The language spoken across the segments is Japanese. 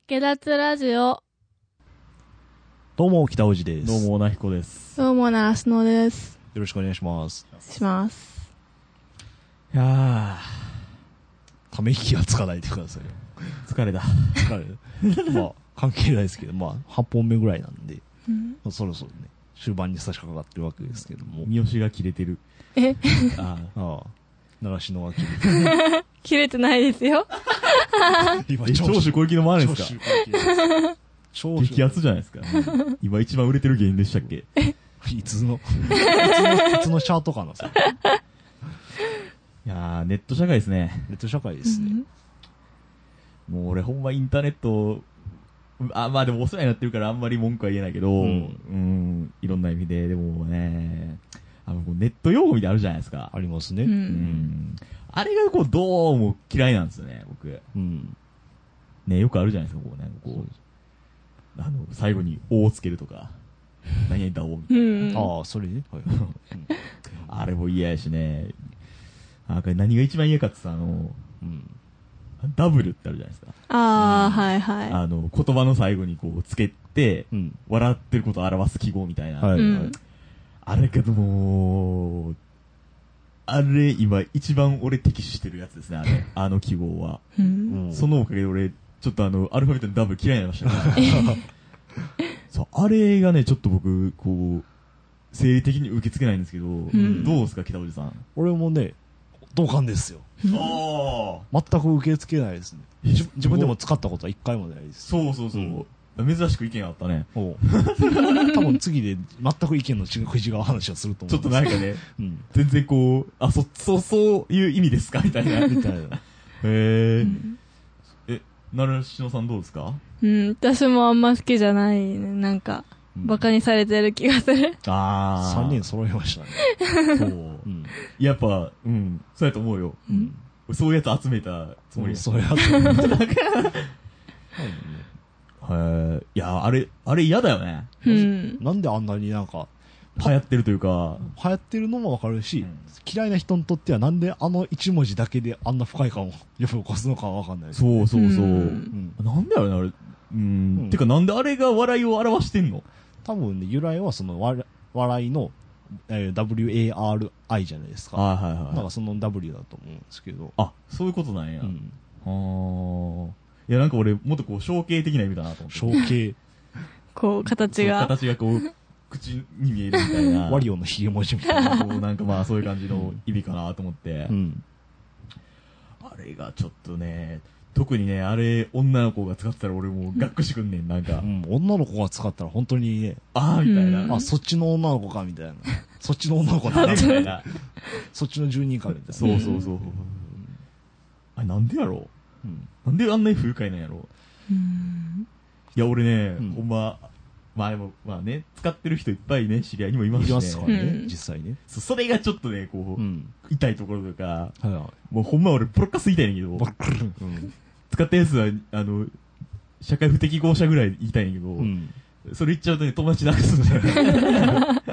下脱ラジオ。 どうも北尾路です。 どうもなひこです。 どうもならすのです。 よろしくお願いします。 します。 いやため息はつかないでくださいよ。 疲れだ。 疲れる。まあ関係ないですけど、まあ8本目ぐらいなんで、まあ、そろそろね終盤に差し掛かってるわけですけども。 三好が切れてる。 ああ、習志野が切れてる。 切れてないですよ。 今長州小雪のもあるんですか？激アツじゃないですか。今一番売れてる芸人でしたっけ？ いつのチャートかなそれ。 いやー、ネット社会ですね。 ネット社会ですね。 もう俺ほんまインターネット、まあでもお世話になってるからあんまり文句は言えないけど、いろんな意味で、でもね、ネット用語みたいなのあるじゃないですか。 ありますね。 あれがこう、どうも嫌いなんですよね、僕。ね、よくあるじゃないですか、こうね、こう、最後に、おをつけるとか、何々だおみたいな。 ああ、それね。はいあれも嫌やしね。何が一番嫌かってさ、ダブルってあるじゃないですか。 はいはい。 言葉の最後にこう、つけて、笑ってることを表す記号みたいな。あれけども、あれ、今、一番俺敵視してるやつですね、あの記号は。そのおかげで俺、ちょっとアルファベットのダブル嫌いになりましたね。そう、あれがね、ちょっと僕、こう、生理的に受け付けないんですけど、どうですか、北おじさん。 俺もね、同感ですよ。全く受け付けないですね。自分でも使ったことは一回もないです。 そうそうそう。珍しく意見あったね。 多分次で全く意見の違う話をすると思う。 ちょっとなんかね、全然こう、そういう意味ですかみたいな。 みたいな。 習志野さんどうですか？ 私もあんま好きじゃないね。なんか、バカにされてる気がする。 3人揃いましたね。 そう。やっぱ、そうやと思うよ。そういうやつ集めたつもり。 そういうやつ。 いや、あれ嫌だよね。 なんであんなになんか、 流行ってるというか。 流行ってるのもわかるし、嫌いな人にとってはなんであの一文字だけであんな不快感を呼び起こすのかはわかんない。 そうそうそう。なんでやろね、あれ。てかなんであれが笑いを表してんの？ 多分ね、由来はその笑いの、WARI じゃないですか。なんかその W だと思うんですけど。 あ、そういうことなんや。いや、なんか俺、もっとこう、象形的な意味だなと思って。 象形。 こう、形がこう、口に見えるみたいな。 ワリオのひげ文字みたいな。 こう、なんかまあ、そういう感じの意味かなと思って。あれがちょっとね、特にね、あれ、女の子が使ってたら俺もう、がっくしくんねん、なんか。 女の子が使ったら本当にね、 みたいな。 そっちの女の子か、みたいな。そっちの女の子だね、みたいな。そっちの住人か、みたいな。 そうそうそう。あれ、なんでやろう？なんであんなに不愉快なんやろう？いや、俺ね、ほんま、まあね、使ってる人いっぱいね、知り合いにもいますしね。 いますからね、実際ね。 それがちょっとね、こう、痛いところとか、もうほんま俺、ポロッカス言いたいんやけど、使ったやつは、社会不適合者ぐらい言いたいんやけど、それ言っちゃうとね、友達なくすんだよね。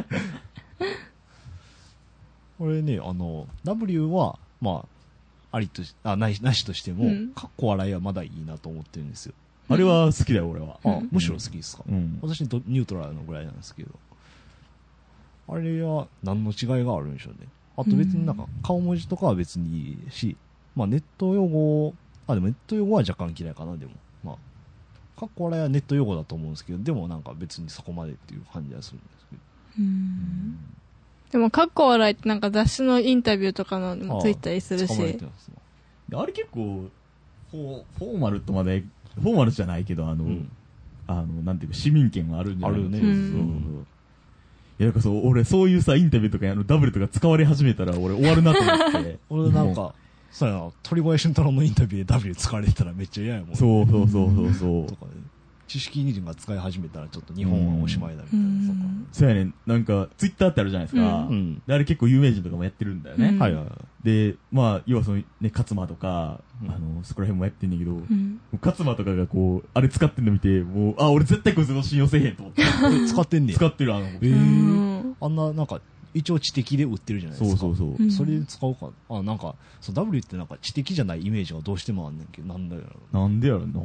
これね、W は、まあ、なしとしても、かっこ笑いはまだいいなと思ってるんですよ。 あれは好きだよ、俺は。 むしろ好きですか？私ニュートラルのぐらいなんですけど。あれは何の違いがあるんでしょうね。あと別になんか顔文字とかは別にいいし、まあネット用語、でもネット用語は若干嫌いかな、でも。まあ、かっこ笑いはネット用語だと思うんですけど、でもなんか別にそこまでっていう感じはするんですけど。 でも、かっこ笑いってなんか雑誌のインタビューとかのもついたりするし。 あれ結構、フォーマルとまで、フォーマルじゃないけど、なんていうか、市民権があるんじゃない？ あるね。 いや、なんかそう、俺そういうさ、インタビューとかダブルとか使われ始めたら俺終わるなと思って。 俺なんか、そうやな、鳥越俊太郎のインタビューで W 使われてたらめっちゃ嫌やもん。 そう。とかね。知識人が使い始めたらちょっと日本はおしまいだみたいな。 そうやねん。なんか、ツイッターってあるじゃないですか。で、あれ結構有名人とかもやってるんだよね。で、まあ、要はそのね、勝間とか、そこら辺もやってんねんけど、勝間とかがこう、あれ使ってんの見て、もう、俺絶対こいつの信用せえへんと思って。 使ってんねん。 使ってる、 あんな、なんか、 一応知的で売ってるじゃないですか。 そうそうそう。 それで使うか。なんか、W ってなんか知的じゃないイメージがどうしてもあんねんけど、なんだろう。 なんでやろな。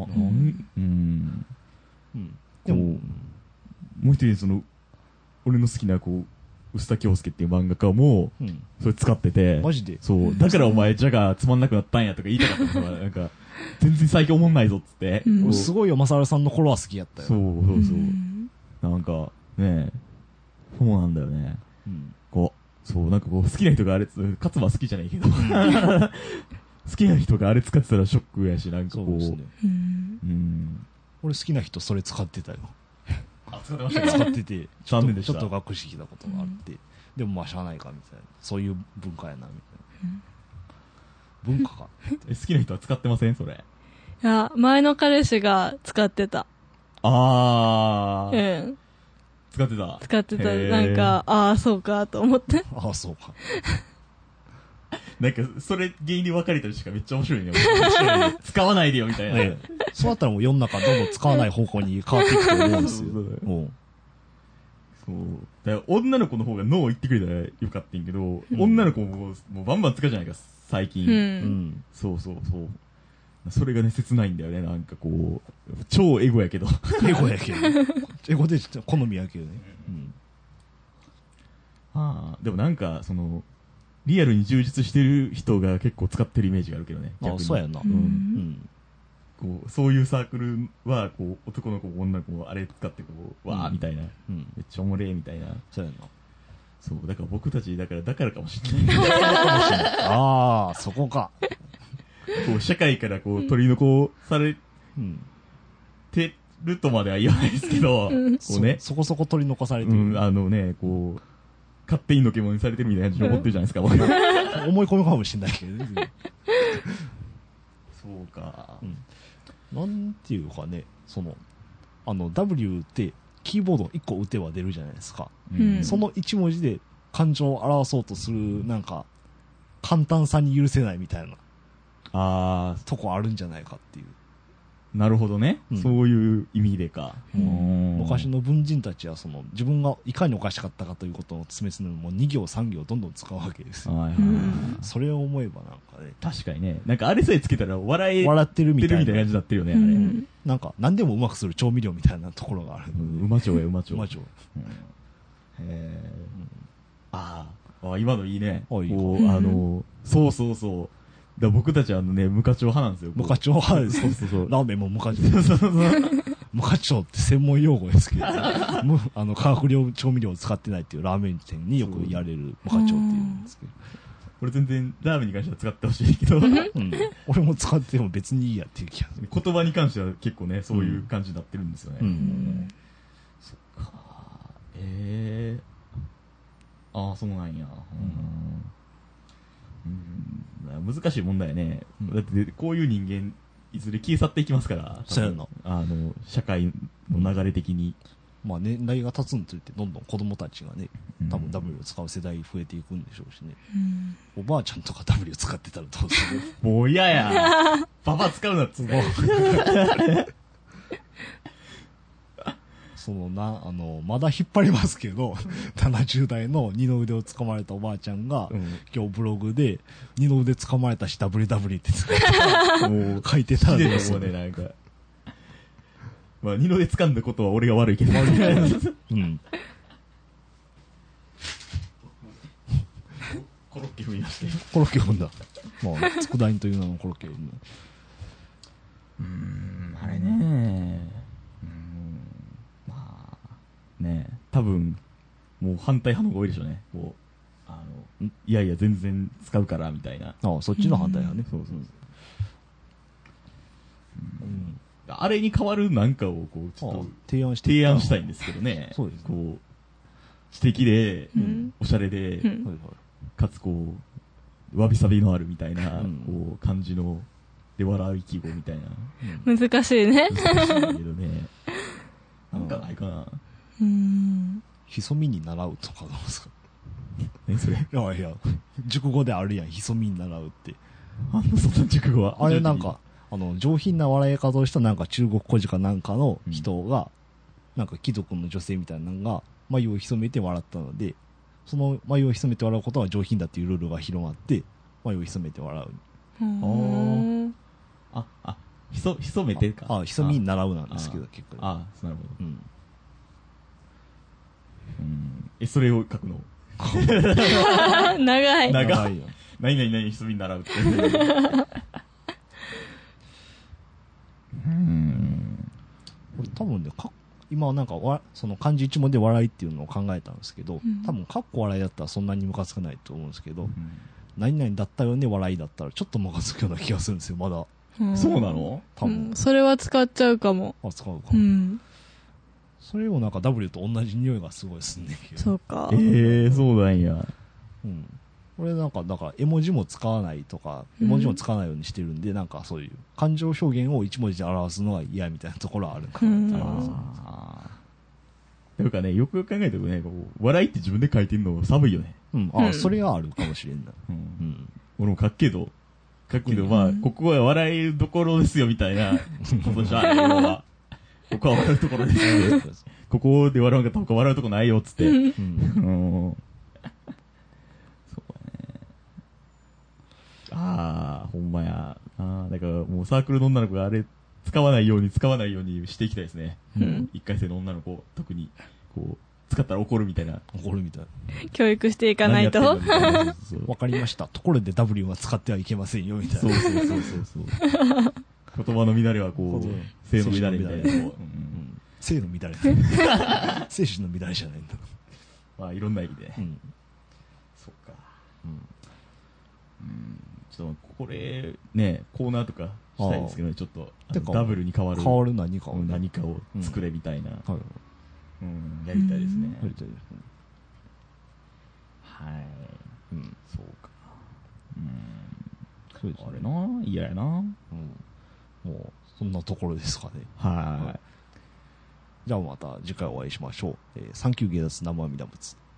でも、もう一人俺の好きな臼田恭介っていう漫画家も、それ使ってて。 マジでそう。だからお前、ジャガーつまんなくなったんやとか言いたかったのが、なんか、全然最近思んないぞっつって。 すごいよ、マサルさんの頃は好きやったよ。 そうそうそう。なんか、ねそうなんだよね。そう、なんか好きな人があれ、勝間好きじゃないけど、好きな人があれ使ってたらショックやし、なんかそうですね。俺好きな人それ使ってたよ。 使ってましたか？ 使ってて、ちょっと学識したことがあって、でもまあしゃあないかみたいな。そういう文化やな、みたいな。文化か。 好きな人は使ってませんそれ。 いや、前の彼氏が使ってた。 使ってた。 使ってた。なんか、そうか、と思って。 そうか。 なんか、それ原因で別れたりしかめっちゃ面白いね。使わないでよ、みたいな。 そうだったらもう世の中どんどん使わない方向に変わっていくと思うんですよ。 そう。だから女の子の方がノー言ってくれたらよかったんやけど、女の子もバンバン使うじゃないか、最近。そうそうそう。それがね、切ないんだよね。なんか超エゴやけど。 エゴやけど。エゴで好みやけどね。 でもなんか、リアルに充実してる人が結構使ってるイメージがあるけどね。逆に。 そうやな。 そういうサークルは、男の子も女の子もあれ使ってわーみたいな。めっちゃおもれーみたいな。 そうやな。 そう、だから僕たち、だからかもしれない。 そこか。 社会から取り残されてるとまでは言わないですけど、 そこそこ取り残されてる。 勝手にのけものにされてるみたいな感じで思ってるじゃないですか、僕。 思い込みかもしれないけどね。 そうか。 なんていうかね、W ってキーボード1個打てば出るじゃないですか。その1文字で感情を表そうとする、なんか、簡単さに許せないみたいな。とこあるんじゃないかっていう。 なるほどね。そういう意味でか。 昔の文人たちは自分がいかにおかしかったかということを示すのにも2行3行どんどん使うわけですよ。それを思えばなんかね。 確かにね。なんかあれさえつけたら笑ってるみたいな感じになってるよね、あれ。 なんか何でもうまくする調味料みたいなところがある。 うま町や、うま町。今のいいね。そうそうそう。僕たちは無課長派なんですよ。 無課長派です。そうそうそう。ラーメンも無課長。無課長って専門用語ですけど、化学調味料を使ってないっていうラーメン店によくやれる無課長っていうんですけど。 俺全然ラーメンに関しては使ってほしいけど、 俺も使っても別にいいやっていう気がする。 言葉に関しては結構ね、そういう感じになってるんですよね。そっか。そうなんや。難しい問題やね。だってこういう人間いずれ消え去っていきますから。 そうやな。 社会の流れ的に。 まあ年代が経つにつれてどんどん子供たちがね、多分 W を使う世代増えていくんでしょうしね。おばあちゃんとか W 使ってたらどうする？ もう嫌や。パパ使うなっつうの。 まだ引っ張りますけど、70代の二の腕を掴まれたおばあちゃんが、今日ブログで、二の腕掴まれたし WW って書いてたんですよね、なんか。 まあ、二の腕掴んだことは俺が悪いけど。コロッケ踏みまして。 コロッケ踏んだ。まあ、佃煮という名のコロッケ踏んだ。 あれね。多分、もう反対派の方が多いでしょうね。いやいや、全然使うから、みたいな。 そっちの反対派ね。 そうそう。あれに代わるなんかを、ちょっと、提案したいんですけどね。 そうです。 知的で、おしゃれで、かつわびさびのあるみたいな、感じの、で、笑う記号みたいな。難しいね。 難しいけどね。なんかないかな。 ひそみに習うとかどうですか？ それ。 いや、熟語であるやん、ひそみに習うって。 そんな熟語は。 あれなんか、上品な笑い方をしたなんか中国孤児かなんかの人が、なんか貴族の女性みたいなのが、眉を潜めて笑ったので、 その眉を潜めて笑うことが上品だっていうルールが広まって、眉を潜めて笑う。 潜めてか。 潜みに習うなんですけど、結構。 なるほど。それを書くの長い。 長いよ。何潜みに習うって。 これ多分ね、今なんかその漢字一文で笑いっていうのを考えたんですけど、多分かっこ笑いだったらそんなにムカつかないと思うんですけど、何々だったよね笑いだったらちょっとムカつくような気がするんですよ、まだ。 そうなの？ 多分。 それは使っちゃうかも。 使うかも。それをなんか W と同じ匂いがすごいすんねんけど。 そうか。 そうなんや。 これなんか、だから絵文字も使わないとか、絵文字も使わないようにしてるんで、なんかそういう感情表現を一文字で表すのが嫌みたいなところはあるかなと思います。 というかね、よく考えてるとね、笑いって自分で書いてるの寒いよね。 それはあるかもしれんな。 俺も書くけど、まあ、ここは笑いどころですよみたいなことじゃないよは。ここは笑うところですよ。ここで笑うかったら他笑うとこないよっつって。ほんまや。だからもうサークルの女の子があれ使わないようにしていきたいですね。一回生の女の子、特に、使ったら怒るみたいな。 教育していかないと。 わかりました。ところで W は使ってはいけませんよ、みたいな。 そう。言葉の乱れは性の乱れみたいな。 性の乱れ。精神の乱れじゃないんだ。 まあ、いろんな意味で。そっか。ちょっとこれね、コーナーとかしたいですけどね、ちょっとダブルに変わる何かを作れみたいな、やりたいですね。はい。そうか。あれな、嫌やな。もうそんなところですかね。 はい。 じゃあまた次回お会いしましょう。サンキュー芸術生阿弥陀仏。